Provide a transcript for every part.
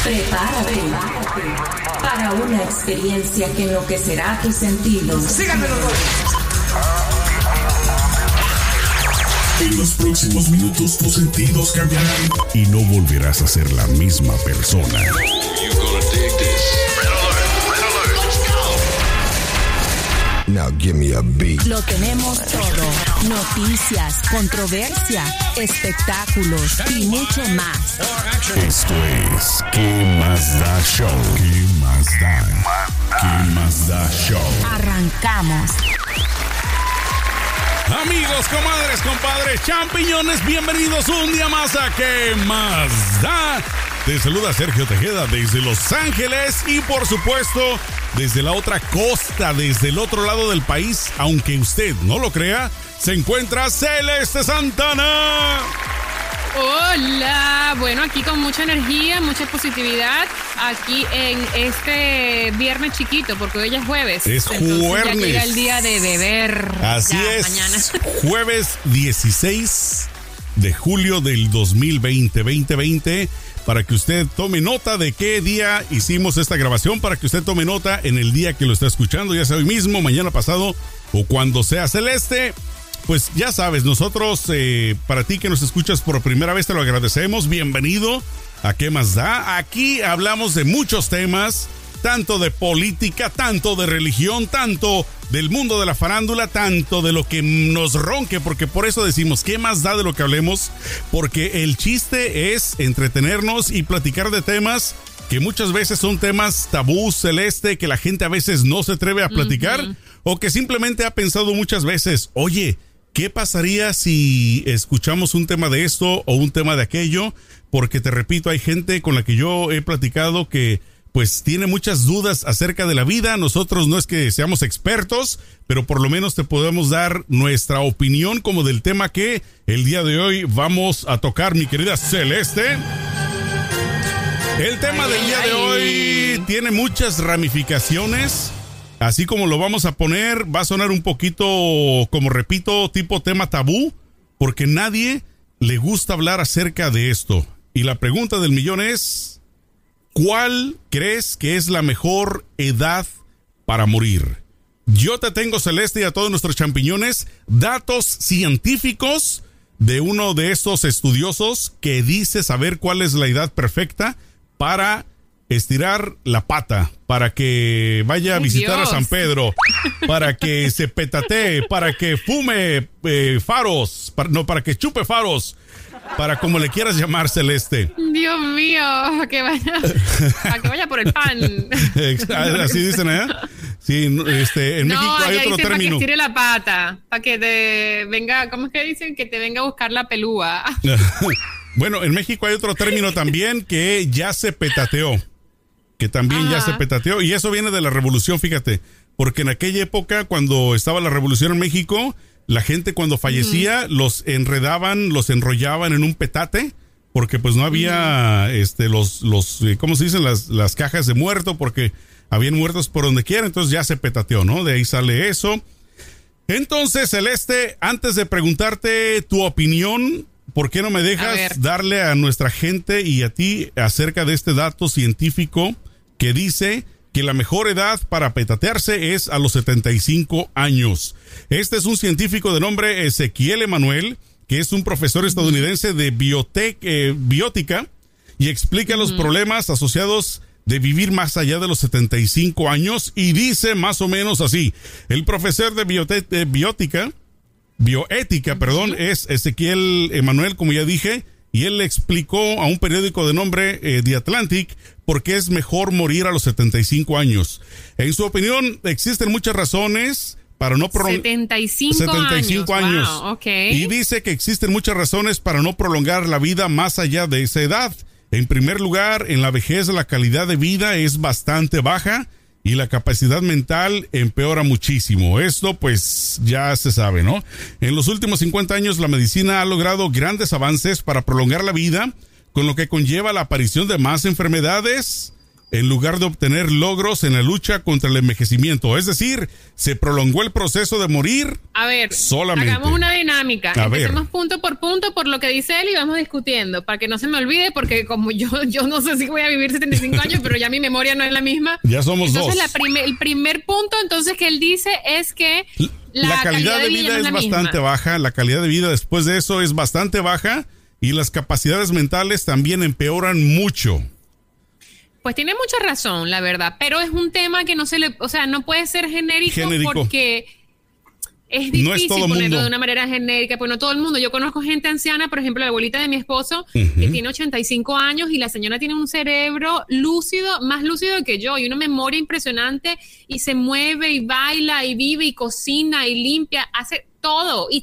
Prepárate para una experiencia que enloquecerá tus sentidos. Síganme los dos. En los próximos minutos tus sentidos cambiarán y no volverás a ser la misma persona. Now give me a beat. Lo tenemos todo. Noticias, controversia, espectáculos y mucho más. Esto es ¿Qué más da show? ¿Qué más da? ¿Qué más da show? Arrancamos. Amigos, comadres, compadres, champiñones, bienvenidos un día más a ¿Qué más da? Te saluda Sergio Tejeda desde Los Ángeles y por supuesto desde la otra costa, desde el otro lado del país, aunque usted no lo crea, se encuentra Celeste Santana. Hola, bueno, aquí con mucha energía, mucha positividad, aquí en este viernes chiquito, porque hoy ya es jueves. Es jueves. Ya llega el día de beber. Así ya, es, mañana. Jueves 16 de julio del 2020, para que usted tome nota de qué día hicimos esta grabación, para que usted tome nota en el día que lo está escuchando, ya sea hoy mismo, mañana pasado o cuando sea. Celeste, pues ya sabes, nosotros, para ti que nos escuchas por primera vez, te lo agradecemos. Bienvenido a ¿Qué más da? Aquí hablamos de muchos temas, tanto de política, tanto de religión, tanto del mundo de la farándula, tanto de lo que nos ronque, porque por eso decimos ¿qué más da de lo que hablemos? Porque el chiste es entretenernos y platicar de temas que muchas veces son temas tabú, Celeste, que la gente a veces no se atreve a platicar, o que simplemente ha pensado muchas veces, oye, ¿qué pasaría si escuchamos un tema de esto o un tema de aquello? Porque te repito, hay gente con la que yo he platicado que pues tiene muchas dudas acerca de la vida. Nosotros no es que seamos expertos, pero por lo menos te podemos dar nuestra opinión como del tema que el día de hoy vamos a tocar, mi querida Celeste. El tema del día de hoy tiene muchas ramificaciones. Así como lo vamos a poner, va a sonar un poquito, como repito, tipo tema tabú, porque nadie le gusta hablar acerca de esto. Y la pregunta del millón es, ¿cuál crees que es la mejor edad para morir? Yo te tengo, Celeste, y a todos nuestros champiñones, datos científicos de uno de estos estudiosos que dice saber cuál es la edad perfecta para estirar la pata, para que vaya a visitar a San Pedro, para que se petatee, para que fume faros, para que chupe faros, para como le quieras llamar, Celeste. Dios mío, para que vaya por el pan. Así dicen, ¿eh? Sí, en México hay otro término. Para que estire la pata, para que te venga, ¿cómo es que dicen? Que te venga a buscar la pelúa. Bueno, en México hay otro término también que ya se petateó. Que también ya se petateó. Y eso viene de la revolución, fíjate. Porque en aquella época, cuando estaba la revolución en México, la gente cuando fallecía los enredaban, los enrollaban en un petate. Porque pues no había ¿cómo se dicen? Las cajas de muerto, porque habían muertos por donde quiera. Entonces ya se petateó, ¿no? De ahí sale eso. Entonces, Celeste, antes de preguntarte tu opinión, ¿por qué no me dejas darle a nuestra gente y a ti acerca de este dato científico que dice que la mejor edad para petatearse es a los 75 años? Este es un científico de nombre Ezequiel Emanuel, que es un profesor estadounidense de biótica y explica los problemas asociados de vivir más allá de los 75 años y dice más o menos así. El profesor de bioética, es Ezequiel Emanuel, como ya dije, y él le explicó a un periódico de nombre The Atlantic por qué es mejor morir a los 75 años. En su opinión, existen muchas razones para no prolongar 75 años. Wow, okay. Y dice que existen muchas razones para no prolongar la vida más allá de esa edad. En primer lugar, en la vejez la calidad de vida es bastante baja y la capacidad mental empeora muchísimo. Esto pues ya se sabe, ¿no? En los últimos 50 años la medicina ha logrado grandes avances para prolongar la vida, con lo que conlleva la aparición de más enfermedades en lugar de obtener logros en la lucha contra el envejecimiento. Es decir, se prolongó el proceso de morir. A ver, solamente. Hagamos una dinámica. Empecemos ver. punto por lo que dice él y vamos discutiendo para que no se me olvide, porque como yo no sé si voy a vivir 75 años, pero ya mi memoria no es la misma. Ya somos entonces, dos. El primer punto entonces que él dice es que la calidad de vida es bastante baja. La calidad de vida después de eso es bastante baja y las capacidades mentales también empeoran mucho. Pues tiene mucha razón, la verdad, pero es un tema que no puede ser genérico. Porque es difícil no es ponerlo de una manera genérica, pues no todo el mundo. Yo conozco gente anciana, por ejemplo, la abuelita de mi esposo, que tiene 85 años y la señora tiene un cerebro lúcido, más lúcido que yo, y una memoria impresionante, y se mueve y baila y vive y cocina y limpia, hace todo, y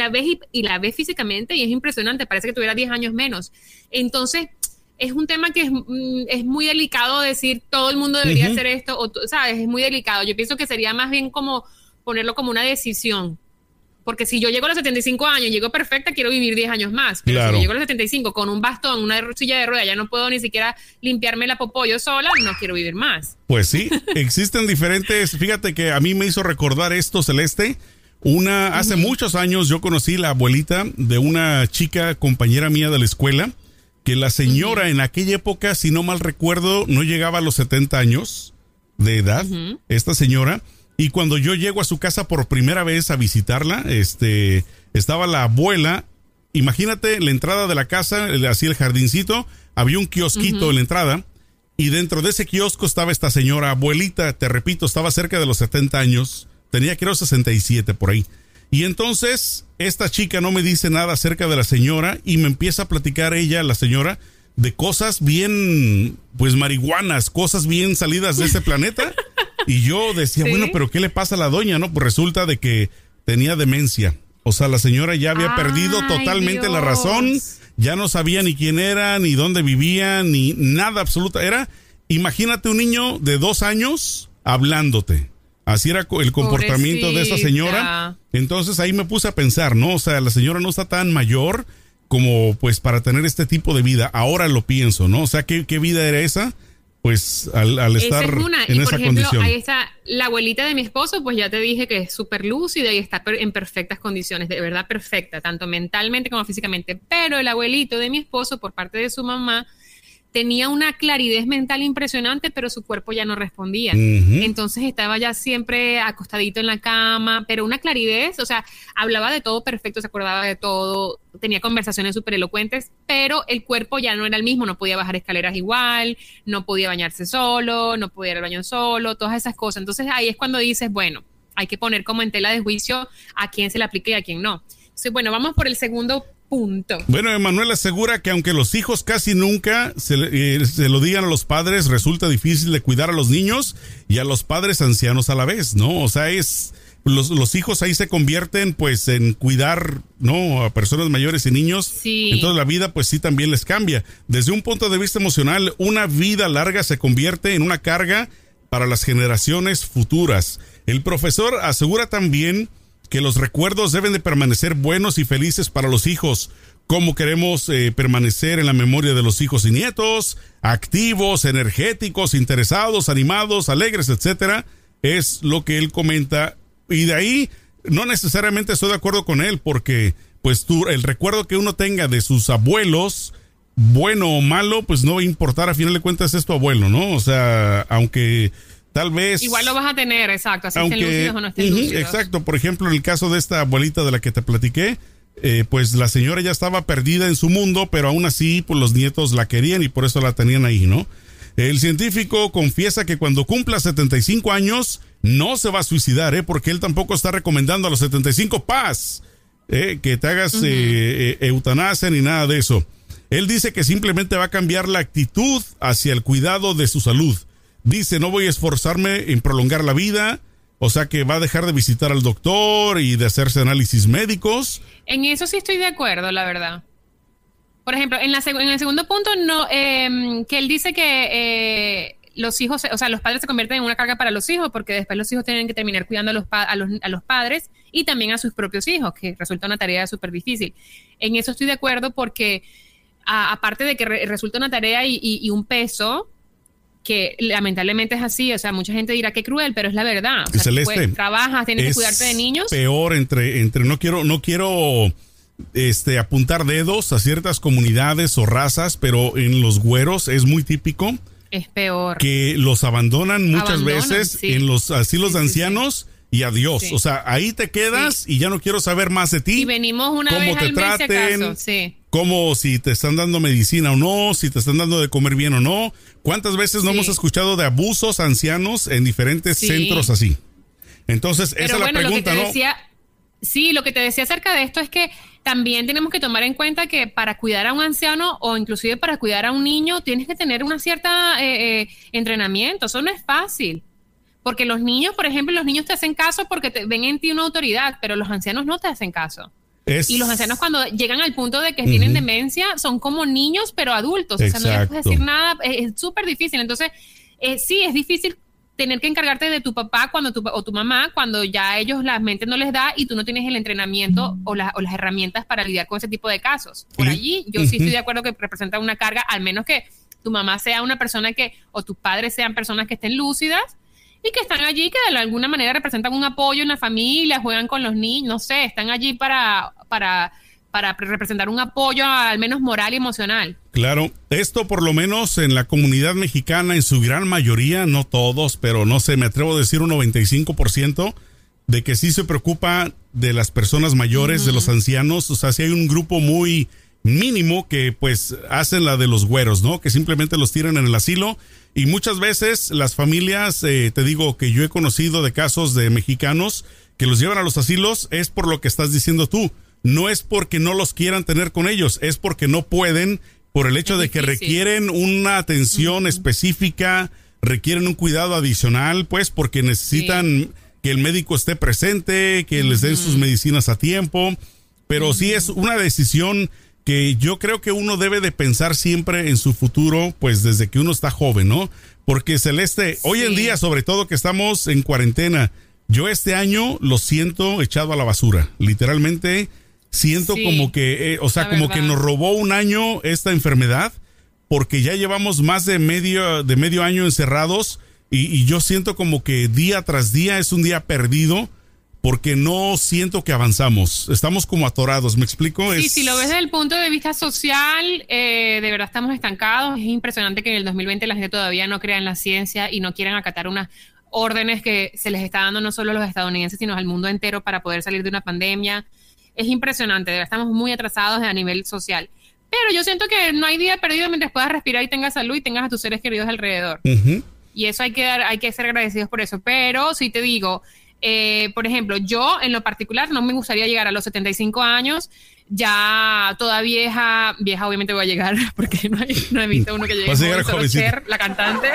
la ves físicamente y es impresionante, parece que tuviera 10 años menos. Entonces, es un tema que es muy delicado decir todo el mundo debería hacer esto, ¿sabes? Es muy delicado. Yo pienso que sería más bien como ponerlo como una decisión. Porque si yo llego a los 75 años, llego perfecta, quiero vivir 10 años más. Pero si yo llego a los 75 con un bastón, una silla de ruedas, ya no puedo ni siquiera limpiarme la popó yo sola, no quiero vivir más. Pues sí, existen diferentes. Fíjate que a mí me hizo recordar esto, Celeste. Hace muchos años yo conocí la abuelita de una chica compañera mía de la escuela, que la señora en aquella época, si no mal recuerdo, no llegaba a los 70 años de edad, esta señora, y cuando yo llego a su casa por primera vez a visitarla, estaba la abuela, imagínate la entrada de la casa, así el jardincito, había un kiosquito en la entrada, y dentro de ese kiosco estaba esta señora abuelita, te repito, estaba cerca de los 70 años, tenía creo 67 por ahí. Y entonces esta chica no me dice nada acerca de la señora y me empieza a platicar ella, la señora, de cosas bien, pues marihuanas, cosas bien salidas de ese planeta. Y yo decía, bueno, pero ¿qué le pasa a la doña? No, pues resulta de que tenía demencia. O sea, la señora ya había perdido totalmente la razón, ya no sabía ni quién era, ni dónde vivía, ni nada absoluta. Imagínate un niño de 2 años hablándote. Así era el comportamiento de esa señora. Entonces ahí me puse a pensar, ¿no? O sea, la señora no está tan mayor como pues para tener este tipo de vida. Ahora lo pienso, ¿no? O sea, ¿qué vida era esa? Pues al estar en esa condición. Ahí está la abuelita de mi esposo, pues ya te dije que es súper lúcida y está en perfectas condiciones, de verdad perfecta, tanto mentalmente como físicamente. Pero el abuelito de mi esposo, por parte de su mamá, tenía una claridad mental impresionante, pero su cuerpo ya no respondía. Entonces estaba ya siempre acostadito en la cama, pero una claridad, o sea, hablaba de todo perfecto, se acordaba de todo, tenía conversaciones súper elocuentes, pero el cuerpo ya no era el mismo, no podía bajar escaleras igual, no podía bañarse solo, no podía ir al baño solo, todas esas cosas. Entonces ahí es cuando dices, bueno, hay que poner como en tela de juicio a quién se le aplica y a quién no. Entonces, bueno, vamos por el segundo punto. Bueno, Emanuel asegura que aunque los hijos casi nunca se lo digan a los padres, resulta difícil de cuidar a los niños y a los padres ancianos a la vez, ¿no? O sea, los hijos ahí se convierten pues en cuidar, ¿no? A personas mayores y niños. Sí. Entonces la vida pues sí también les cambia. Desde un punto de vista emocional, una vida larga se convierte en una carga para las generaciones futuras. El profesor asegura también que los recuerdos deben de permanecer buenos y felices para los hijos. ¿Cómo queremos permanecer en la memoria de los hijos y nietos? Activos, energéticos, interesados, animados, alegres, etcétera. Es lo que él comenta. Y de ahí no necesariamente estoy de acuerdo con él, porque pues el recuerdo que uno tenga de sus abuelos, bueno o malo, pues no va a importar, a final de cuentas es tu abuelo, ¿no? O sea, aunque tal vez igual lo vas a tener, exacto, así estén lúcidos o no estén lúcidos. Exacto, por ejemplo, en el caso de esta abuelita de la que te platiqué, pues la señora ya estaba perdida en su mundo, pero aún así pues los nietos la querían y por eso la tenían ahí, ¿no? El científico confiesa que cuando cumpla 75 años no se va a suicidar, porque él tampoco está recomendando a los 75 que te hagas eutanasia ni nada de eso. Él dice que simplemente va a cambiar la actitud hacia el cuidado de su salud. Dice, no voy a esforzarme en prolongar la vida, o sea que va a dejar de visitar al doctor y de hacerse análisis médicos. En eso sí estoy de acuerdo, la verdad. Por ejemplo, en el segundo punto, no, que él dice que los hijos, o sea, los padres se convierten en una carga para los hijos, porque después los hijos tienen que terminar cuidando a los padres y también a sus propios hijos, que resulta una tarea súper difícil. En eso estoy de acuerdo porque, aparte de que resulta una tarea y un peso, que lamentablemente es así, o sea, mucha gente dirá que cruel, pero es la verdad. O sea, Celeste, trabajas, tienes que cuidarte de niños. Peor entre no quiero apuntar dedos a ciertas comunidades o razas, pero en los güeros es muy típico. Es peor. Que los abandonan muchas veces en los asilos de ancianos. Y adiós, o sea, ahí te quedas y ya no quiero saber más de ti. Y venimos una vez al mes, si acaso. Cómo, si te están dando medicina o no, si te están dando de comer bien o no. ¿Cuántas veces no hemos escuchado de abusos ancianos en diferentes centros así? Entonces, esa es la pregunta, ¿no? Lo que te decía acerca de esto es que también tenemos que tomar en cuenta que para cuidar a un anciano o inclusive para cuidar a un niño tienes que tener una cierta entrenamiento. Eso no es fácil. Porque los niños, por ejemplo, los niños te hacen caso porque ven en ti una autoridad, pero los ancianos no te hacen caso. Y los ancianos cuando llegan al punto de que tienen demencia son como niños, pero adultos. O sea, no les puedes decir nada. Es súper difícil. Entonces, sí, es difícil tener que encargarte de tu papá o tu mamá cuando ya a ellos la mente no les da y tú no tienes el entrenamiento o las herramientas para lidiar con ese tipo de casos. Por allí, yo sí estoy de acuerdo que representa una carga, al menos que tu mamá sea una persona o tus padres sean personas que estén lúcidas y que están allí, que de alguna manera representan un apoyo en la familia, juegan con los niños, no sé, están allí para representar un apoyo al menos moral y emocional. Claro, esto por lo menos en la comunidad mexicana, en su gran mayoría, no todos, pero no sé, me atrevo a decir un 95%, de que sí se preocupa de las personas mayores, de los ancianos. O sea, sí hay un grupo muy mínimo que pues hacen la de los güeros, ¿no? Que simplemente los tiran en el asilo. Y muchas veces las familias, te digo que yo he conocido de casos de mexicanos que los llevan a los asilos, es por lo que estás diciendo tú. No es porque no los quieran tener con ellos, es porque no pueden, por el hecho de que requieren una atención específica, requieren un cuidado adicional, pues porque necesitan que el médico esté presente, que les den sus medicinas a tiempo. Pero sí es una decisión que yo creo que uno debe de pensar siempre en su futuro, pues desde que uno está joven, ¿no? Porque Celeste, hoy en día, sobre todo que estamos en cuarentena, yo este año lo siento echado a la basura. Literalmente siento como que, como que nos robó un año esta enfermedad, porque ya llevamos más de medio año encerrados y yo siento como que día tras día es un día perdido. Porque no siento que avanzamos. Estamos como atorados, ¿me explico? Sí, si lo ves desde el punto de vista social, de verdad estamos estancados. Es impresionante que en el 2020 la gente todavía no crea en la ciencia y no quieran acatar unas órdenes que se les está dando no solo a los estadounidenses, sino al mundo entero para poder salir de una pandemia. Es impresionante, de verdad estamos muy atrasados a nivel social. Pero yo siento que no hay día perdido mientras puedas respirar y tengas salud y tengas a tus seres queridos alrededor. Y eso hay que ser agradecidos por eso. Pero si te digo... por ejemplo, yo en lo particular no me gustaría llegar a los 75 años, ya toda vieja obviamente voy a llegar, porque no he visto uno que llegue. Vas a llegar jovencita. La cantante.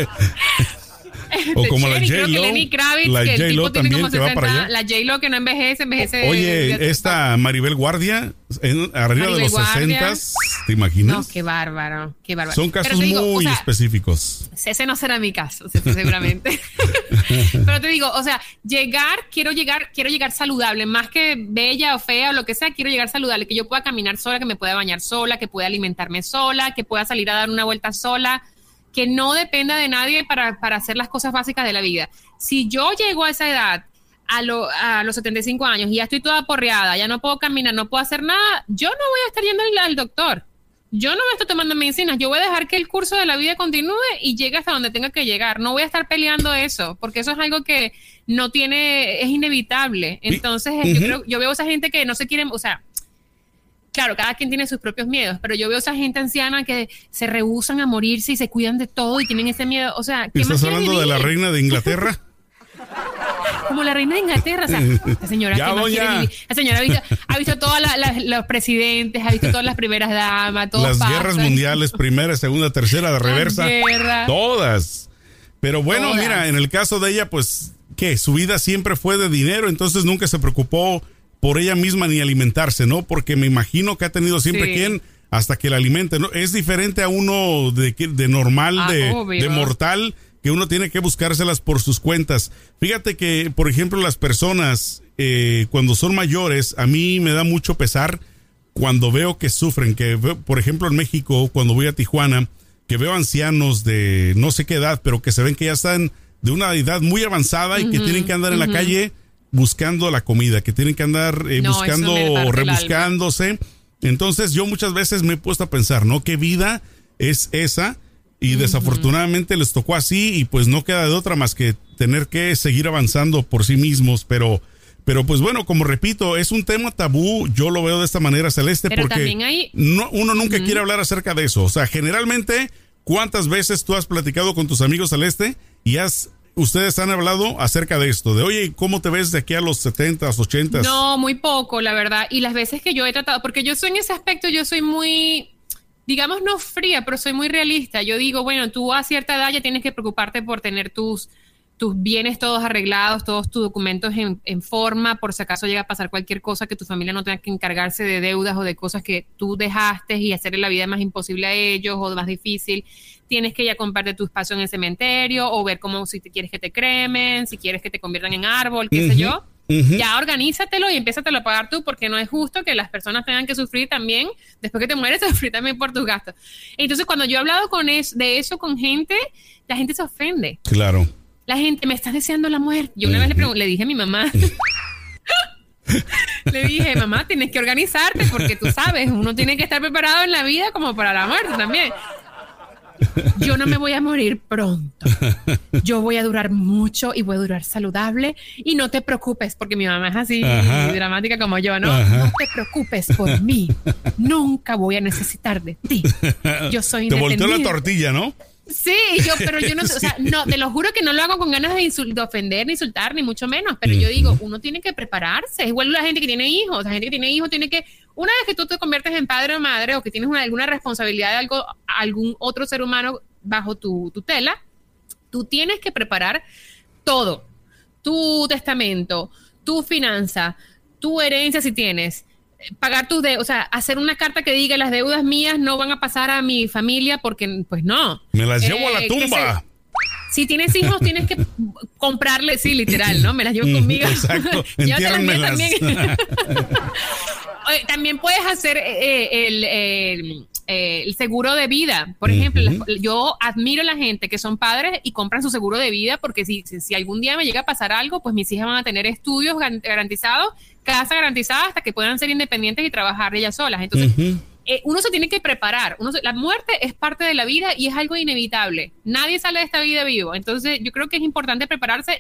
O como la J-Lo. Que Lenny Kravitz, la que el tipo tiene como 60, va para allá. La J-Lo que no envejece. Oye, esta Maribel Guardia, arriba de los 60, ¿te imaginas? No, qué bárbaro. Son casos muy específicos. Ese no será mi caso, seguramente. Pero te digo, o sea, quiero llegar saludable, más que bella o fea o lo que sea, quiero llegar saludable, que yo pueda caminar sola, que me pueda bañar sola, que pueda alimentarme sola, que pueda salir a dar una vuelta sola, que no dependa de nadie para hacer las cosas básicas de la vida. Si yo llego a esa edad, a los 75 años, y ya estoy toda porreada, ya no puedo caminar, no puedo hacer nada, yo no voy a estar yendo al doctor. Yo no voy a estar tomando medicinas, yo voy a dejar que el curso de la vida continúe y llegue hasta donde tenga que llegar. No voy a estar peleando eso, porque eso es algo que es inevitable. Entonces, yo veo a esa gente que no se quieren, o sea, claro, cada quien tiene sus propios miedos, pero yo veo a esa gente anciana que se rehúsan a morirse y se cuidan de todo y tienen ese miedo. O sea, ¿qué ¿estás hablando de la reina de Inglaterra? Como la reina de Inglaterra, o sea, la señora la señora ha visto todos los presidentes, ha visto todas las primeras damas, las guerras mundiales, primera, segunda, tercera, de reversa, todas. Pero bueno, mira, en el caso de ella, pues, ¿qué? Su vida siempre fue de dinero, entonces nunca se preocupó por ella misma ni alimentarse, ¿no? Porque me imagino que ha tenido siempre quien hasta que la alimente, ¿no? Es diferente a uno de normal, de mortal, que uno tiene que buscárselas por sus cuentas. Fíjate que, por ejemplo, las personas cuando son mayores, a mí me da mucho pesar cuando veo que sufren, que por ejemplo en México, cuando voy a Tijuana, que veo ancianos de no sé qué edad, pero que se ven que ya están de una edad muy avanzada y que tienen que andar en la calle buscando la comida, que tienen que andar buscando o rebuscándose. Entonces yo muchas veces me he puesto a pensar, ¿no? ¿Qué vida es esa? Y desafortunadamente les tocó así y pues no queda de otra más que tener que seguir avanzando por sí mismos, pero pues bueno, como repito, es un tema tabú, yo lo veo de esta manera, Celeste, pero porque uno nunca quiere hablar acerca de eso. O sea, generalmente, ¿cuántas veces tú has platicado con tus amigos, Celeste, y ustedes han hablado acerca de esto? De, oye, ¿cómo te ves de aquí a los 70s, 80s? No, muy poco, la verdad. Y las veces que yo he tratado, porque yo soy en ese aspecto, yo soy muy, digamos, no fría, pero soy muy realista. Yo digo, bueno, tú a cierta edad ya tienes que preocuparte por tener tus bienes todos arreglados, todos tus documentos en forma, por si acaso llega a pasar cualquier cosa, que tu familia no tenga que encargarse de deudas o de cosas que tú dejaste y hacerle la vida más imposible a ellos o más difícil. Tienes que ya comprarte tu espacio en el cementerio o ver cómo, si te quieres que te cremen, si quieres que te conviertan en árbol, qué sé yo. Ya organízatelo y empiézatelo a pagar tú, porque no es justo que las personas tengan que sufrir también, después que te mueres, sufrir también por tus gastos. Entonces, cuando yo he hablado de eso con gente, la gente se ofende. Claro. La gente, me estás deseando la muerte. Yo una vez le dije a mi mamá, le dije, mamá, tienes que organizarte porque tú sabes, uno tiene que estar preparado en la vida como para la muerte también. Yo no me voy a morir pronto. Yo voy a durar mucho y voy a durar saludable. Y no te preocupes, porque mi mamá es así dramática como yo, ¿no? No te preocupes por mí. Nunca voy a necesitar de ti. Yo soy independiente. Te volteó la tortilla, ¿no? Sí, pero yo no, o sea, no, te lo juro que no lo hago con ganas de ofender, ni insultar, ni mucho menos, pero yo digo, uno tiene que prepararse. Es igual la gente que tiene hijos, la gente que tiene hijos tiene que, una vez que tú te conviertes en padre o madre, o que tienes alguna responsabilidad de algún otro ser humano bajo tu tutela, tú tienes que preparar todo, tu testamento, tu finanza, tu herencia si tienes, pagar tus deudas, o sea, hacer una carta que diga las deudas mías no van a pasar a mi familia porque, pues no. Me las llevo a la tumba. Si tienes hijos, tienes que comprarle, sí, literal, ¿no? Me las llevo conmigo. Exacto, entiérranmelas. También puedes hacer el seguro de vida. Por ejemplo, yo admiro a la gente que son padres y compran su seguro de vida porque si algún día me llega a pasar algo, pues mis hijas van a tener estudios garantizados, casa garantizada hasta que puedan ser independientes y trabajar ellas solas. Entonces, uno se tiene que preparar. La muerte es parte de la vida y es algo inevitable. Nadie sale de esta vida vivo. Entonces, yo creo que es importante prepararse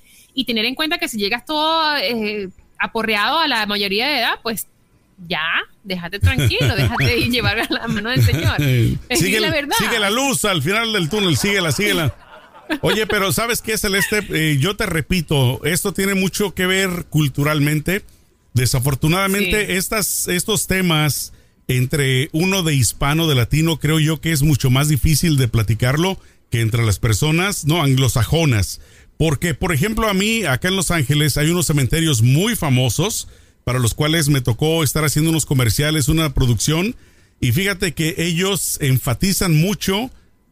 y tener en cuenta que si llegas todo aporreado a la mayoría de edad, pues ya, déjate tranquilo, déjate llevar a la mano del Señor. Sigue la verdad. Sigue la luz al final del túnel, síguela. Oye, pero ¿sabes qué, Celeste? Yo te repito, esto tiene mucho que ver culturalmente. Desafortunadamente, estos temas entre uno de hispano, de latino, creo yo que es mucho más difícil de platicarlo que entre las personas, no, anglosajonas. Porque, por ejemplo, a mí, acá en Los Ángeles, hay unos cementerios muy famosos para los cuales me tocó estar haciendo unos comerciales, una producción, y fíjate que ellos enfatizan mucho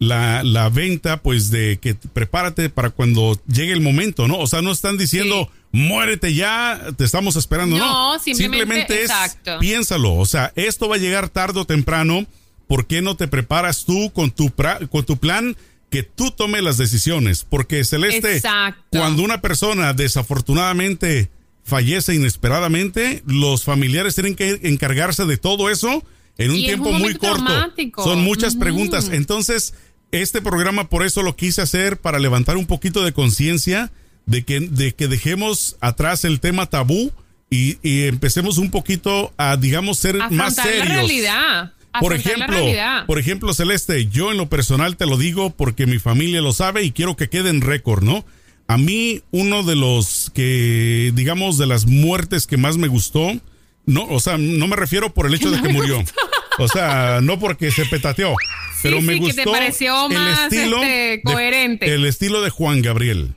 la venta, pues, de que prepárate para cuando llegue el momento, ¿no? O sea, no están diciendo, muérete ya, te estamos esperando, ¿no? No, simplemente es, piénsalo, o sea, esto va a llegar tarde o temprano, ¿por qué no te preparas tú con tu plan? Que tú tomes las decisiones, porque Celeste, cuando una persona desafortunadamente fallece inesperadamente, los familiares tienen que encargarse de todo eso en un tiempo muy corto. Traumático. Son muchas preguntas. Entonces, este programa por eso lo quise hacer, para levantar un poquito de conciencia de que dejemos atrás el tema tabú y empecemos un poquito a, digamos, ser más serios. La realidad. Por ejemplo, Celeste, yo en lo personal te lo digo porque mi familia lo sabe y quiero que quede en récord, ¿no? A mí, uno de los que, digamos, de las muertes que más me gustó, no, o sea, no me refiero por el hecho de que murió. O sea, no porque se petateó, pero me gustó que te pareció más coherente. El estilo de Juan Gabriel.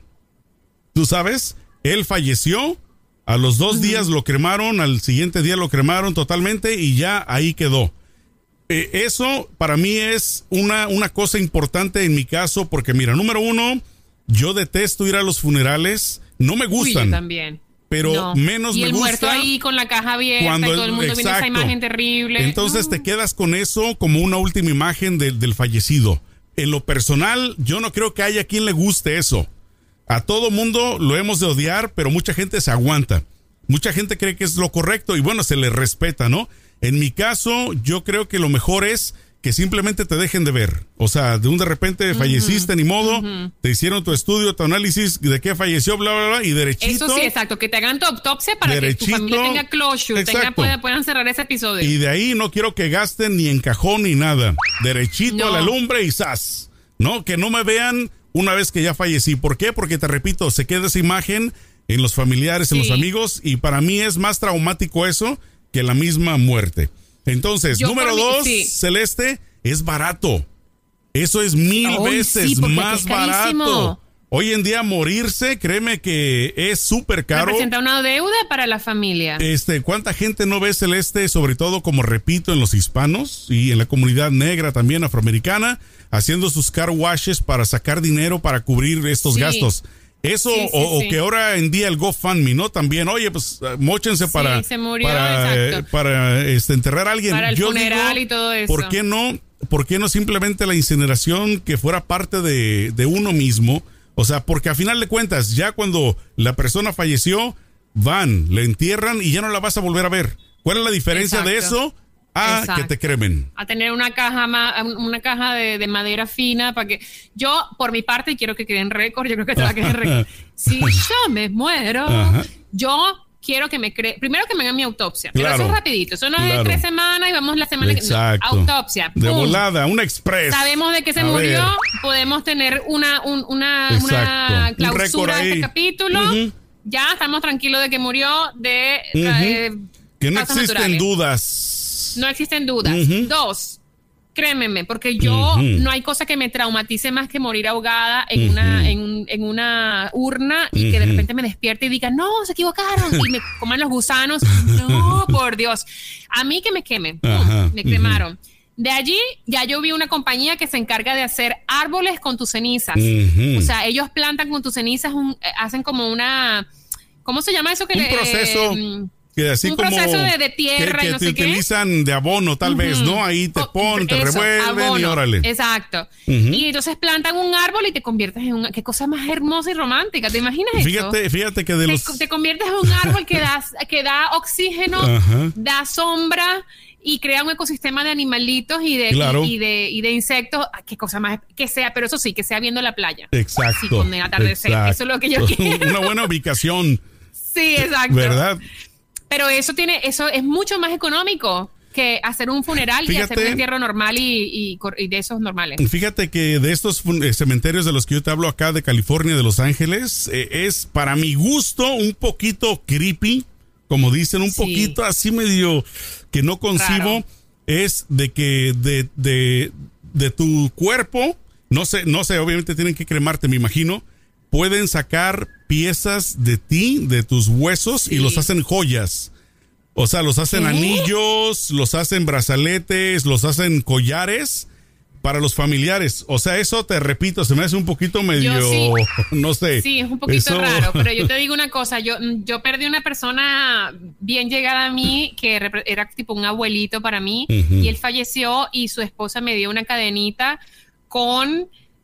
¿Tú sabes? Él falleció, a los 2 días lo cremaron, al siguiente día lo cremaron totalmente y ya ahí quedó. Eso para mí es una cosa importante en mi caso, porque mira, número 1, yo detesto ir a los funerales, no me gustan. Yo también. Pero menos me gusta. Y el muerto ahí con la caja abierta y todo el mundo viene esa imagen terrible. Entonces te quedas con eso como una última imagen del fallecido. en lo personal, yo no creo que haya quien le guste eso. A todo mundo lo hemos de odiar, pero mucha gente se aguanta. Mucha gente cree que es lo correcto y bueno, se le respeta, ¿no? En mi caso, yo creo que lo mejor es que simplemente te dejen de ver. O sea, de repente falleciste, ni modo, te hicieron tu estudio, tu análisis de qué falleció, bla, bla, bla, y derechito. Eso sí, exacto, que te hagan tu autopsia para que tu familia tenga closure, puedan cerrar ese episodio. Y de ahí no quiero que gasten ni en cajón ni nada. Derechito a la lumbre y ¡zas! ¿No? Que no me vean una vez que ya fallecí. ¿Por qué? Porque te repito, se queda esa imagen en los familiares, en los amigos, y para mí es más traumático eso que la misma muerte. Entonces, número 2, Celeste, es barato. Eso es 1000 veces más barato. Hoy en día morirse, créeme que es súper caro. Representa una deuda para la familia. ¿Cuánta gente no ve, Celeste? Sobre todo, como repito, en los hispanos y en la comunidad negra también afroamericana, haciendo sus car washes para sacar dinero para cubrir estos gastos. Eso, o que ahora en día el GoFundMe, ¿no? También, oye, pues, móchense para enterrar a alguien. Para el funeral y todo eso. ¿Por qué no simplemente la incineración que fuera parte de uno mismo? O sea, porque a final de cuentas, ya cuando la persona falleció, le entierran y ya no la vas a volver a ver. ¿Cuál es la diferencia de eso? Que te cremen. A tener una caja de madera fina para que yo, por mi parte, quiero que quede en récord, yo creo que te va a quedar en récord. Si yo me muero, yo quiero que primero que me hagan mi autopsia. Pero eso es rapidito, eso no es de 3 semanas y vamos la semana que autopsia. De volada, una express. Sabemos de qué se murió, podemos tener una clausura de este capítulo. Ya estamos tranquilos de que murió de que no existen naturales. Dudas. No existen dudas. 2, créememe, porque yo no hay cosa que me traumatice más que morir ahogada en una urna y que de repente me despierte y diga, no, se equivocaron, y me coman los gusanos. No, por Dios. A mí que me quemen. Me cremaron. De allí ya yo vi una compañía que se encarga de hacer árboles con tus cenizas. O sea, ellos plantan con tus cenizas, hacen como una... ¿Cómo se llama eso? Un proceso... Así un como proceso de tierra que y no te sé qué. utilizan de abono tal vez, ¿no? Ahí te ponen, te revuelven abono, y órale. Exacto. Y entonces plantan un árbol y te conviertes en qué cosa más hermosa y romántica. ¿Te imaginas eso? Fíjate que te conviertes en un árbol que da oxígeno, da sombra y crea un ecosistema de animalitos y de insectos. Qué cosa más que sea, pero eso sí, que sea viendo la playa. Exacto. Así con el atardecer. Exacto. Eso es lo que yo quiero. Una buena ubicación. Sí, exacto. ¿Verdad? Pero eso es mucho más económico que hacer un funeral y hacer un entierro normal y de esos normales. Fíjate que de estos cementerios de los que yo te hablo acá de California, de Los Ángeles, es para mi gusto un poquito creepy, como dicen, un poquito así medio que no concibo. Raro. Es de que de tu cuerpo, no sé, obviamente tienen que cremarte, me imagino. Pueden sacar piezas de ti, de tus huesos, y los hacen joyas. O sea, los hacen anillos, los hacen brazaletes, los hacen collares para los familiares. O sea, eso te repito, se me hace un poquito medio, no sé. Sí, es un poquito raro, pero yo te digo una cosa, yo perdí una persona bien llegada a mí, que era tipo un abuelito para mí, y él falleció y su esposa me dio una cadenita con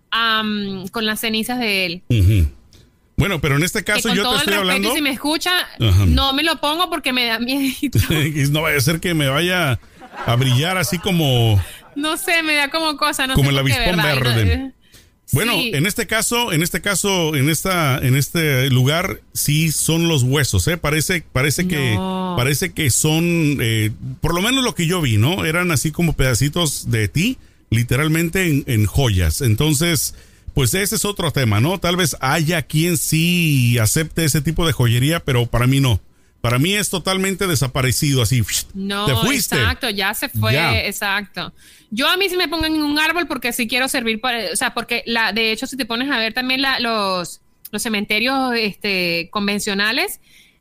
las cenizas de él. Bueno, pero en este caso yo te estoy hablando. Si me escucha, no me lo pongo porque me da miedo. No vaya a ser que me vaya a brillar así como. No sé, me da como cosa, no como sé. Como el avispón verde. Bueno, en este caso, en este lugar, sí son los huesos, Parece que son, por lo menos lo que yo vi, ¿no? Eran así como pedacitos de ti, literalmente en joyas. Entonces, pues ese es otro tema, ¿no? Tal vez haya quien sí acepte ese tipo de joyería, pero para mí no. Para mí es totalmente desaparecido, así. No, te fuiste. Exacto, ya se fue, exacto. Yo a mí sí me pongan en un árbol porque sí quiero servir para, o sea, porque de hecho si te pones a ver también los cementerios convencionales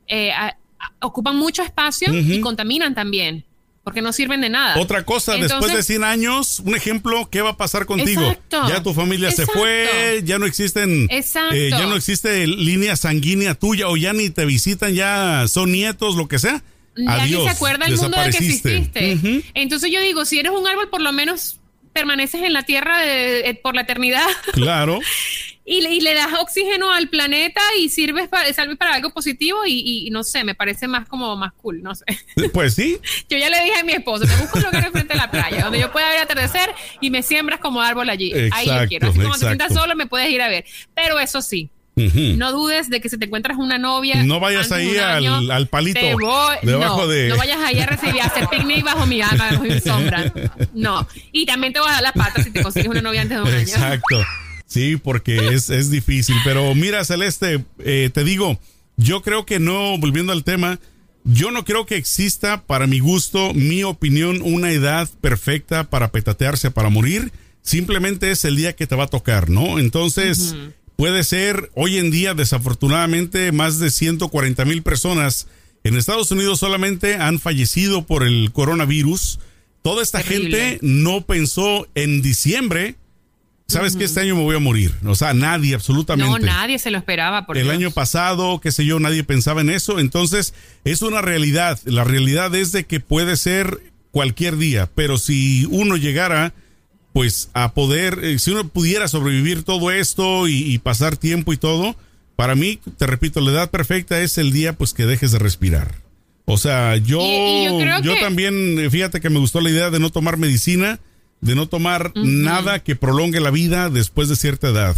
ocupan mucho espacio y contaminan también. Porque no sirven de nada. Otra cosa, después de 100 años, un ejemplo, ¿qué va a pasar contigo? Exacto, ya tu familia se fue, ya no existen, ya no existe línea sanguínea tuya, o ya ni te visitan, ya son nietos, lo que sea. Ya adiós, ni se acuerda el mundo de que exististe. Entonces yo digo, si eres un árbol, por lo menos permaneces en la Tierra por la eternidad. Claro. Y le das oxígeno al planeta y sirves para algo positivo y no sé, me parece más cool, no sé. Pues sí. Yo ya le dije a mi esposo, te busco un lugar enfrente de la playa, donde yo pueda ver atardecer y me siembras como árbol allí. Exacto, ahí yo quiero. Así cuando te exacto. sientas solo me puedes ir a ver. Pero eso sí, no dudes de que si te encuentras una novia. No vayas ahí al palito. No vayas ahí a hacer picnic bajo mi sombra. No. Y también te voy a dar las patas si te consigues una novia antes de un año. Exacto. Sí, porque es difícil. Pero mira, Celeste, te digo, yo creo que no, volviendo al tema, yo no creo que exista, para mi gusto, mi opinión, una edad perfecta para petatearse, para morir. Simplemente es el día que te va a tocar, ¿no? Entonces, puede ser, hoy en día, desafortunadamente, más de 140,000 personas en Estados Unidos solamente han fallecido por el coronavirus. Toda esta gente no pensó en diciembre, ¿sabes qué? Este año me voy a morir. O sea, nadie, absolutamente. No, nadie se lo esperaba. El año pasado, qué sé yo, nadie pensaba en eso. Entonces, es una realidad. La realidad es de que puede ser cualquier día. Pero si uno llegara, pues, a poder, si uno pudiera sobrevivir todo esto y pasar tiempo y todo, para mí, te repito, la edad perfecta es el día, pues, que dejes de respirar. O sea, yo también, fíjate que me gustó la idea de no tomar medicina, de no tomar nada que prolongue la vida después de cierta edad.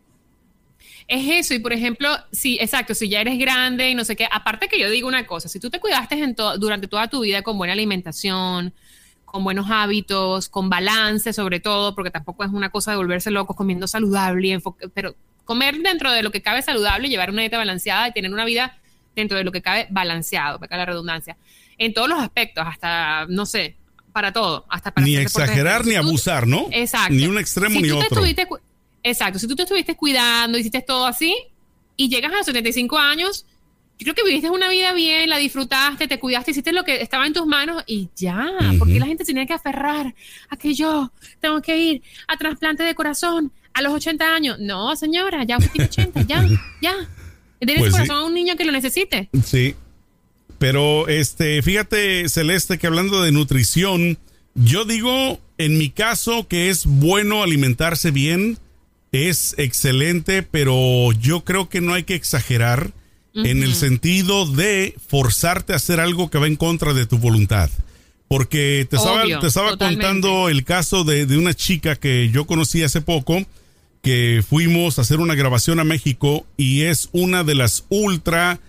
Es eso, y por ejemplo, sí, exacto, si ya eres grande y no sé qué, aparte que yo digo una cosa, si tú te cuidaste durante toda tu vida con buena alimentación, con buenos hábitos, con balance sobre todo, porque tampoco es una cosa de volverse locos comiendo saludable, pero comer dentro de lo que cabe saludable, llevar una dieta balanceada y tener una vida dentro de lo que cabe balanceado, para la redundancia, en todos los aspectos, hasta, no sé, para todo, hasta para ni exagerar ni abusar, ¿no? Exacto. Ni un extremo ni otro. Exacto. Si tú te estuviste cuidando, hiciste todo así y llegas a los 75 años, yo creo que viviste una vida bien, la disfrutaste, te cuidaste, hiciste lo que estaba en tus manos y ya. Porque la gente se tiene que aferrar a que yo tengo que ir a trasplante de corazón a los 80 años. No, señora, ya usted tiene 80, ya. Denle ese corazón a un niño que lo necesite. Sí. Pero fíjate, Celeste, que hablando de nutrición, yo digo, en mi caso, que es bueno alimentarse bien, es excelente, pero yo creo que no hay que exagerar en el sentido de forzarte a hacer algo que va en contra de tu voluntad. Porque te estaba contando el caso de una chica que yo conocí hace poco, que fuimos a hacer una grabación a México y es una de las ultra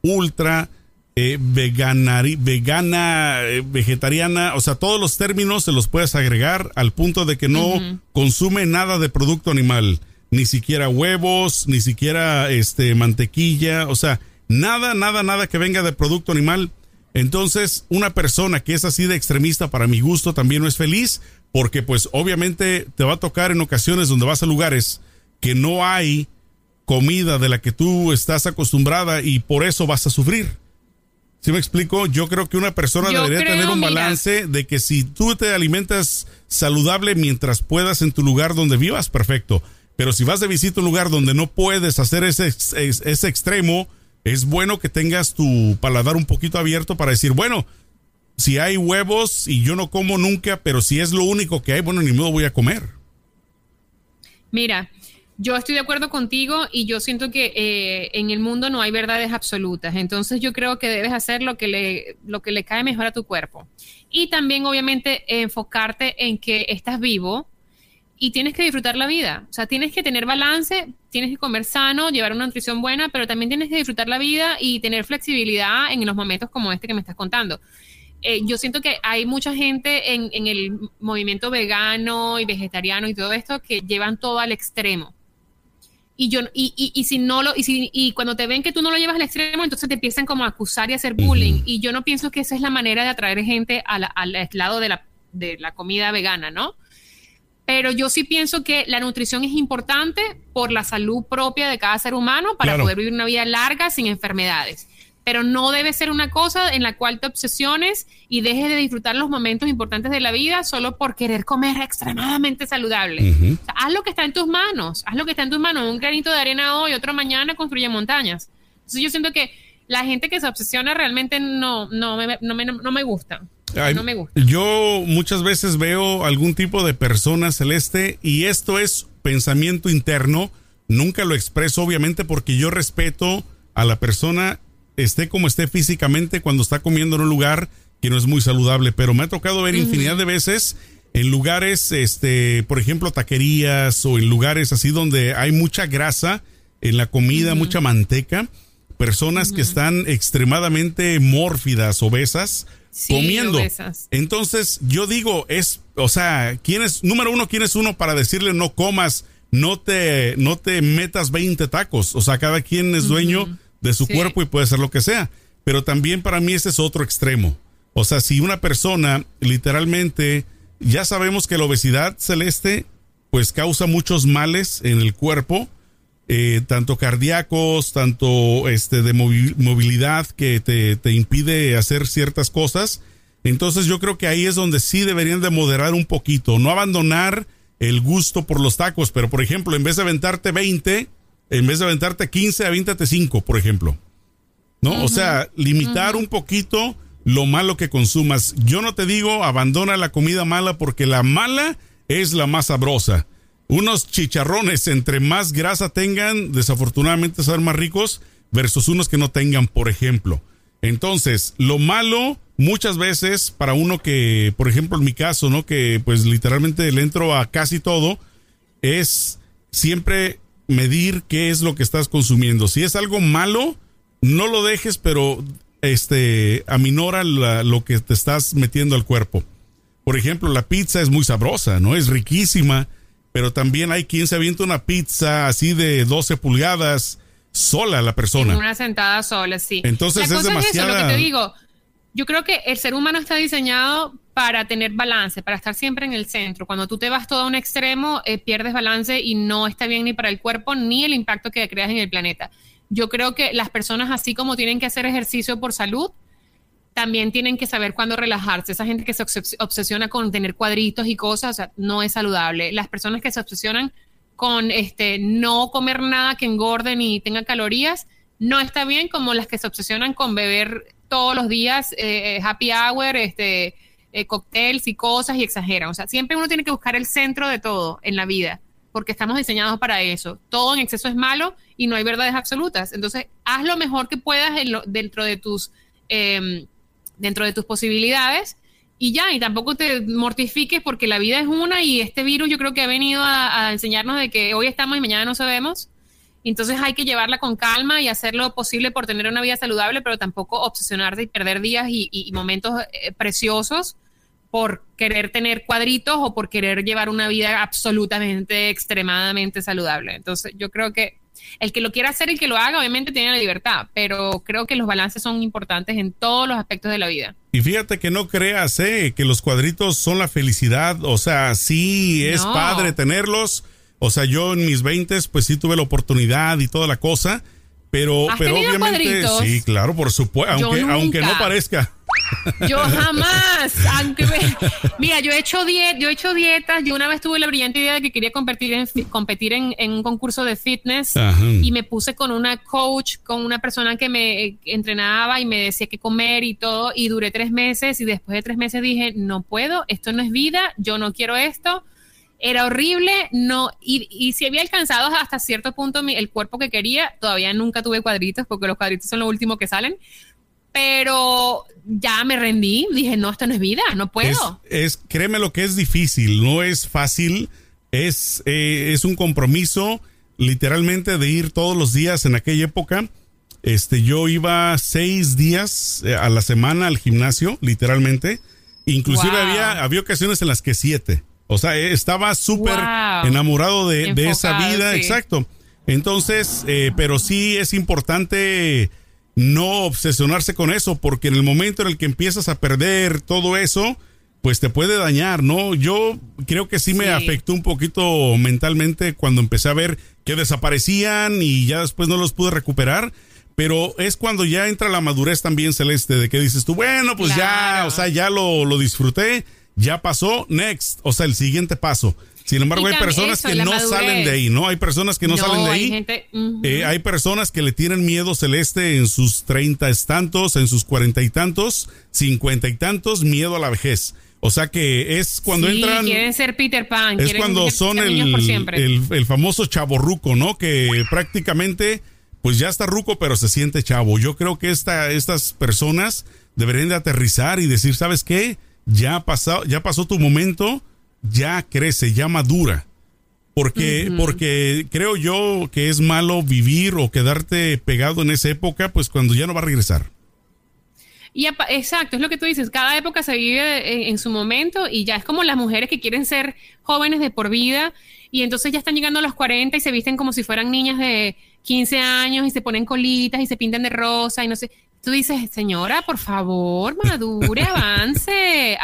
vegana, vegetariana, o sea, todos los términos se los puedes agregar al punto de que no consume nada de producto animal, ni siquiera huevos, ni siquiera mantequilla, o sea, nada que venga de producto animal. Entonces, una persona que es así de extremista, para mi gusto, también no es feliz, porque pues obviamente te va a tocar en ocasiones donde vas a lugares que no hay comida de la que tú estás acostumbrada y por eso vas a sufrir. ¿Sí me explico? Yo creo que una persona debería tener un balance de que si tú te alimentas saludable mientras puedas en tu lugar donde vivas, perfecto. Pero si vas de visita a un lugar donde no puedes hacer ese extremo, es bueno que tengas tu paladar un poquito abierto para decir, bueno, si hay huevos y yo no como nunca, pero si es lo único que hay, bueno, ni modo voy a comer. Mira, yo estoy de acuerdo contigo y yo siento que en el mundo no hay verdades absolutas. Entonces yo creo que debes hacer lo que le cae mejor a tu cuerpo. Y también, obviamente, enfocarte en que estás vivo y tienes que disfrutar la vida. O sea, tienes que tener balance, tienes que comer sano, llevar una nutrición buena, pero también tienes que disfrutar la vida y tener flexibilidad en los momentos como este que me estás contando. Yo siento que hay mucha gente en el movimiento vegano y vegetariano y todo esto que llevan todo al extremo. Y cuando te ven que tú no lo llevas al extremo, entonces te empiezan como a acusar y a hacer bullying. Y yo no pienso que esa es la manera de atraer gente al lado de la comida vegana, ¿no? Pero yo sí pienso que la nutrición es importante por la salud propia de cada ser humano para poder vivir una vida larga sin enfermedades. Pero no debe ser una cosa en la cual te obsesiones y dejes de disfrutar los momentos importantes de la vida solo por querer comer extremadamente saludable. O sea, haz lo que está en tus manos. Un granito de arena hoy, otro mañana construye montañas. Entonces yo siento que la gente que se obsesiona realmente no me gusta. no me gusta. Yo muchas veces veo algún tipo de persona, Celeste, y esto es pensamiento interno. Nunca lo expreso, obviamente, porque yo respeto a la persona, esté como esté físicamente, cuando está comiendo en un lugar que no es muy saludable. Pero me ha tocado ver infinidad de veces en lugares, por ejemplo, taquerías o en lugares así donde hay mucha grasa en la comida, mucha manteca, personas que están extremadamente mórfidas, obesas, comiendo. Obesas. Entonces, yo digo, número uno, ¿quién es uno para decirle no comas, no te metas 20 tacos? O sea, cada quien es dueño de su cuerpo y puede hacer lo que sea. Pero también para mí ese es otro extremo. O sea, si una persona literalmente, ya sabemos que la obesidad, Celeste, pues causa muchos males en el cuerpo, tanto cardíacos, tanto de movilidad, que te impide hacer ciertas cosas. Entonces yo creo que ahí es donde sí deberían de moderar un poquito, no abandonar el gusto por los tacos, pero por ejemplo, en vez de aventarte 20, en vez de aventarte 15, avíntate 5, por ejemplo, ¿no? O sea, limitar un poquito lo malo que consumas. Yo no te digo abandona la comida mala, porque la mala es la más sabrosa. Unos chicharrones, entre más grasa tengan, desafortunadamente saben más ricos versus unos que no tengan, por ejemplo. Entonces, lo malo muchas veces para uno que, por ejemplo, en mi caso, ¿no? Que pues literalmente le entro a casi todo, es siempre medir qué es lo que estás consumiendo. Si es algo malo, no lo dejes, pero aminora lo que te estás metiendo al cuerpo. Por ejemplo, la pizza es muy sabrosa, ¿no? Es riquísima. Pero también hay quien se avienta una pizza así de 12 pulgadas sola, la persona. En una sentada sola, sí. Entonces la cosa es demasiada... es eso, lo que te digo. Yo creo que el ser humano está diseñado para tener balance, para estar siempre en el centro. Cuando tú te vas todo a un extremo, pierdes balance y no está bien ni para el cuerpo ni el impacto que creas en el planeta. Yo creo que las personas, así como tienen que hacer ejercicio por salud, también tienen que saber cuándo relajarse. Esa gente que se obsesiona con tener cuadritos y cosas, o sea, no es saludable. Las personas que se obsesionan con no comer nada que engorde ni tenga calorías, no está bien, como las que se obsesionan con beber todos los días happy hour, cócteles y cosas y exageran. O sea, siempre uno tiene que buscar el centro de todo en la vida, porque estamos diseñados para eso. Todo en exceso es malo y no hay verdades absolutas. Entonces, haz lo mejor que puedas dentro de tus posibilidades y ya, y tampoco te mortifiques, porque la vida es una y este virus yo creo que ha venido a enseñarnos de que hoy estamos y mañana no sabemos. Entonces hay que llevarla con calma y hacer lo posible por tener una vida saludable, pero tampoco obsesionarte y perder días y momentos preciosos por querer tener cuadritos o por querer llevar una vida absolutamente, extremadamente saludable. Entonces yo creo que el que lo quiera hacer, el que lo haga, obviamente tiene la libertad, pero creo que los balances son importantes en todos los aspectos de la vida. Y fíjate que no creas que los cuadritos son la felicidad. O sea, sí es padre tenerlos. O sea, yo en mis 20s pues sí tuve la oportunidad y toda la cosa, pero obviamente cuadritos? Sí, claro, por supuesto, aunque no parezca. Yo jamás, mira, yo he hecho dietas. Yo una vez tuve la brillante idea de que quería competir en un concurso de fitness. Ajá. Y me puse con una coach, con una persona que me entrenaba y me decía qué comer y todo, y duré 3 meses y después de 3 meses dije, no puedo, esto no es vida, yo no quiero esto. Era horrible, no, y si había alcanzado hasta cierto punto el cuerpo que quería, todavía nunca tuve cuadritos, porque los cuadritos son lo último que salen, pero ya me rendí, dije, no, esto no es vida, no puedo. Créeme lo que es difícil, no es fácil, es un compromiso, literalmente, de ir todos los días. En aquella época, yo iba 6 días a la semana al gimnasio, literalmente, inclusive había ocasiones en las que 7. O sea, estaba súper enamorado de esa vida, sí. Exacto. Entonces, pero sí es importante no obsesionarse con eso, porque en el momento en el que empiezas a perder todo eso, pues te puede dañar, ¿no? Yo creo que sí me afectó un poquito mentalmente cuando empecé a ver que desaparecían y ya después no los pude recuperar. Pero es cuando ya entra la madurez también, Celeste, de que dices tú, bueno, pues ya, o sea, ya lo disfruté. Ya pasó, next, o sea, el siguiente paso. Sin embargo, hay personas que no salen de ahí, ¿no? Hay personas que no salen de ahí. Gente, hay personas que le tienen miedo, Celeste, en sus 30 y tantos, en sus 40 y tantos, 50 y tantos, miedo a la vejez. O sea que es cuando entran... quieren ser Peter Pan. Es cuando son el famoso chavorruco, ¿no? Que prácticamente, pues ya está ruco, pero se siente chavo. Yo creo que estas personas deberían de aterrizar y decir, ¿sabes qué? Ya pasó tu momento, ya crece, ya madura. Porque creo yo que es malo vivir o quedarte pegado en esa época, pues cuando ya no va a regresar. Exacto, es lo que tú dices, cada época se vive en su momento y ya es como las mujeres que quieren ser jóvenes de por vida y entonces ya están llegando a los 40 y se visten como si fueran niñas de 15 años y se ponen colitas y se pintan de rosa y no sé. Tú dices, señora, por favor, madure, avance.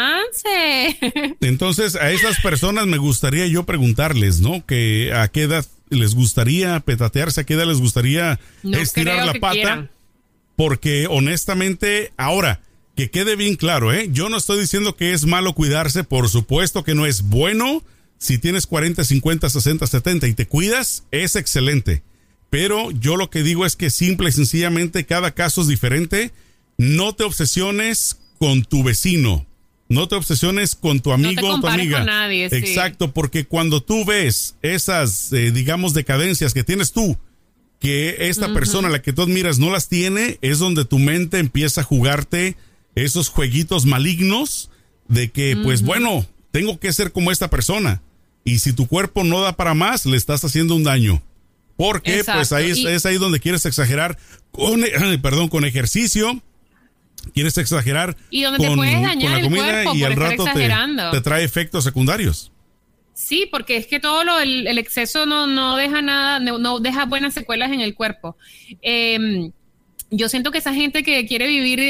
Entonces, a esas personas me gustaría yo preguntarles, ¿no? Que a qué edad les gustaría petatearse, a qué edad les gustaría estirar la pata. Quieran. Porque honestamente, ahora, que quede bien claro, yo no estoy diciendo que es malo cuidarse, por supuesto que no es bueno. Si tienes 40, 50, 60, 70 y te cuidas, es excelente. Pero yo lo que digo es que simple y sencillamente cada caso es diferente. No te obsesiones con tu vecino. No te obsesiones con tu amigo o tu amiga. Con nadie, exacto, porque cuando tú ves esas, digamos, decadencias que tienes tú, que esta persona a la que tú admiras no las tiene, es donde tu mente empieza a jugarte esos jueguitos malignos de que, pues bueno, tengo que ser como esta persona. Y si tu cuerpo no da para más, le estás haciendo un daño. Porque exacto. Pues ahí es ahí donde quieres exagerar con ejercicio, quieres exagerar y donde te puedes dañar con la comida el cuerpo y al rato te trae efectos secundarios. Sí, porque es que todo el exceso no deja nada, no deja buenas secuelas en el cuerpo. Yo siento que esa gente que quiere vivir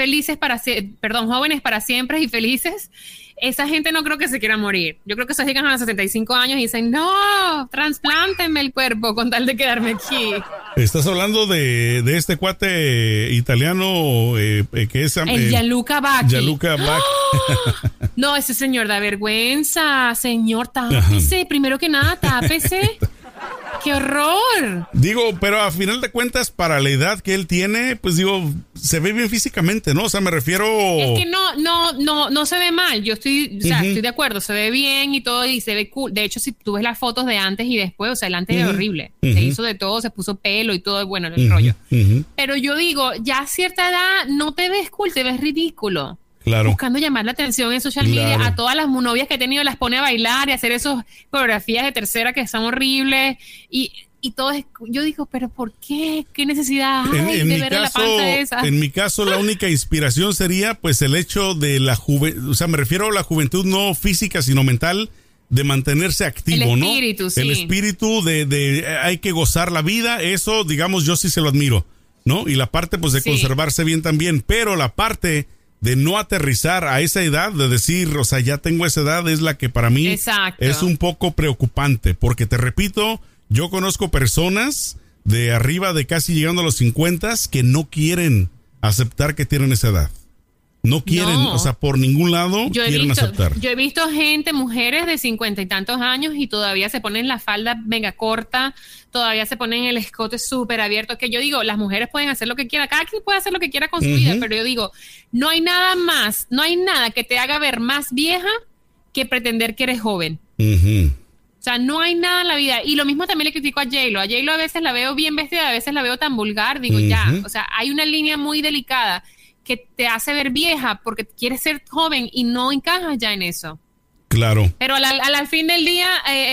jóvenes para siempre y felices, esa gente no creo que se quiera morir. Yo creo que se llegan a los 75 años y dicen, no, trasplántenme el cuerpo con tal de quedarme aquí. Estás hablando de este cuate italiano que es... el Gianluca Vacchi. Gianluca Vacchi. ¡Oh! No, ese señor da vergüenza. Señor, tápese. Primero que nada, tápese. ¡Qué horror! Digo, pero a final de cuentas, para la edad que él tiene, pues digo, se ve bien físicamente, ¿no? O sea, me refiero... Es que no se ve mal. Yo estoy de acuerdo, se ve bien y todo y se ve cool. De hecho, si tú ves las fotos de antes y después, o sea, el antes era horrible. Se hizo de todo, se puso pelo y todo, bueno, el rollo. Pero yo digo, ya a cierta edad no te ves cool, te ves ridículo. Claro. Buscando llamar la atención en social media, a todas las novias que he tenido las pone a bailar y hacer esas coreografías de tercera que son horribles y todo es, yo digo, pero ¿por qué? ¿Qué necesidad hay de ver la panza esa? En mi caso, la única inspiración sería pues el hecho de la juventud, o sea, me refiero a la juventud no física, sino mental, de mantenerse activo, ¿no? El espíritu, sí. El espíritu de hay que gozar la vida, eso, digamos, yo sí se lo admiro, ¿no? Y la parte pues de conservarse bien también, pero la parte de no aterrizar a esa edad, de decir, o sea, ya tengo esa edad, es la que para mí es un poco preocupante, porque te repito, yo conozco personas de arriba de casi llegando a los 50 que no quieren aceptar que tienen esa edad. No quieren, o sea, por ningún lado quieren aceptar. Yo he visto mujeres de 50 y tantos años y todavía se ponen la falda mega corta, todavía se ponen el escote súper abierto, que yo digo, las mujeres pueden hacer lo que quieran, cada quien puede hacer lo que quiera con su vida, pero yo digo, no hay nada que te haga ver más vieja que pretender que eres joven. O sea, no hay nada en la vida. Y lo mismo también le critico a J-Lo. A J-Lo a veces la veo bien vestida, a veces la veo tan vulgar, digo, ya, o sea, hay una línea muy delicada que te hace ver vieja porque quieres ser joven y no encajas ya en eso. Claro. Pero al fin del día,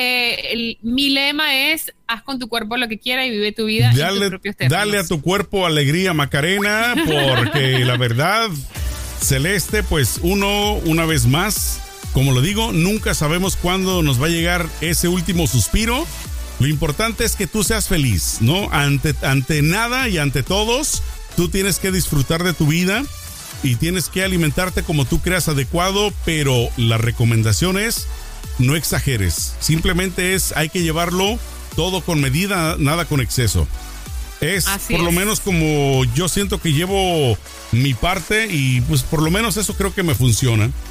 mi lema es, haz con tu cuerpo lo que quieras y vive tu vida en tus propios términos. Dale a tu cuerpo alegría, Macarena, porque la verdad, Celeste, pues una vez más, como lo digo, nunca sabemos cuándo nos va a llegar ese último suspiro. Lo importante es que tú seas feliz, ¿no? Ante nada y ante todos, tú tienes que disfrutar de tu vida y tienes que alimentarte como tú creas adecuado, pero la recomendación es no exageres. Simplemente hay que llevarlo todo con medida, nada con exceso. Así por lo menos como yo siento que llevo mi parte y pues por lo menos eso creo que me funciona.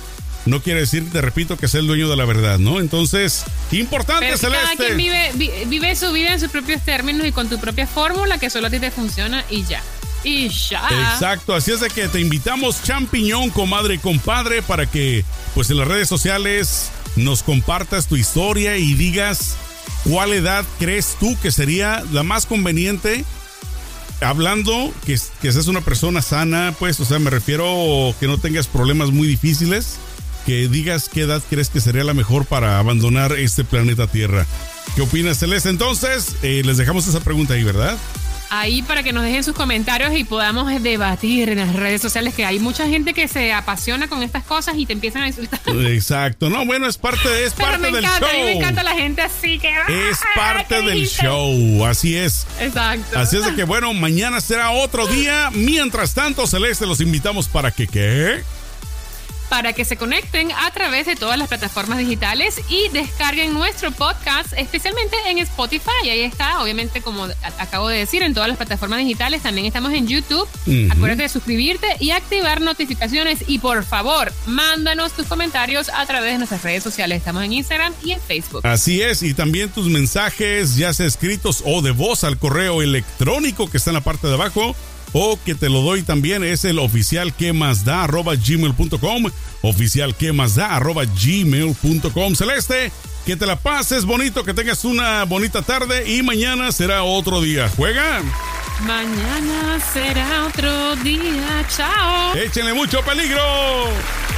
no quiere decir, te repito, que sea el dueño de la verdad, ¿no? Entonces, importante, pero Celeste. Cada quien vive su vida en sus propios términos y con tu propia fórmula que solo a ti te funciona y ya. Y ya. Exacto, así es de que te invitamos, champiñón, comadre y compadre, para que pues en las redes sociales nos compartas tu historia y digas cuál edad crees tú que sería la más conveniente, hablando que seas una persona sana, pues, o sea, me refiero que no tengas problemas muy difíciles, que digas qué edad crees que sería la mejor para abandonar este planeta Tierra. ¿Qué opinas, Celeste? Entonces, les dejamos esa pregunta ahí, ¿verdad? Ahí para que nos dejen sus comentarios y podamos debatir en las redes sociales, que hay mucha gente que se apasiona con estas cosas y te empiezan a insultar. Exacto, no, bueno, es parte del show. A mí me encanta la gente así que... Es parte del show, así es. Exacto. Así es de que, bueno, mañana será otro día. Mientras tanto, Celeste, los invitamos para que, ¿qué? Para que se conecten a través de todas las plataformas digitales y descarguen nuestro podcast, especialmente en Spotify. Ahí está, obviamente, como acabo de decir, en todas las plataformas digitales. También estamos en YouTube. Acuérdate de suscribirte y activar notificaciones. Y por favor, mándanos tus comentarios a través de nuestras redes sociales. Estamos en Instagram y en Facebook. Así es, y también tus mensajes, ya sea escritos o de voz, al correo electrónico que está en la parte de abajo, o que te lo doy también, es el oficialquemasda@gmail.com, oficialquemasda@gmail.com. Celeste, que te la pases bonito, que tengas una bonita tarde y mañana será otro día. ¡Juega! Mañana será otro día. ¡Chao! ¡Échenle mucho peligro!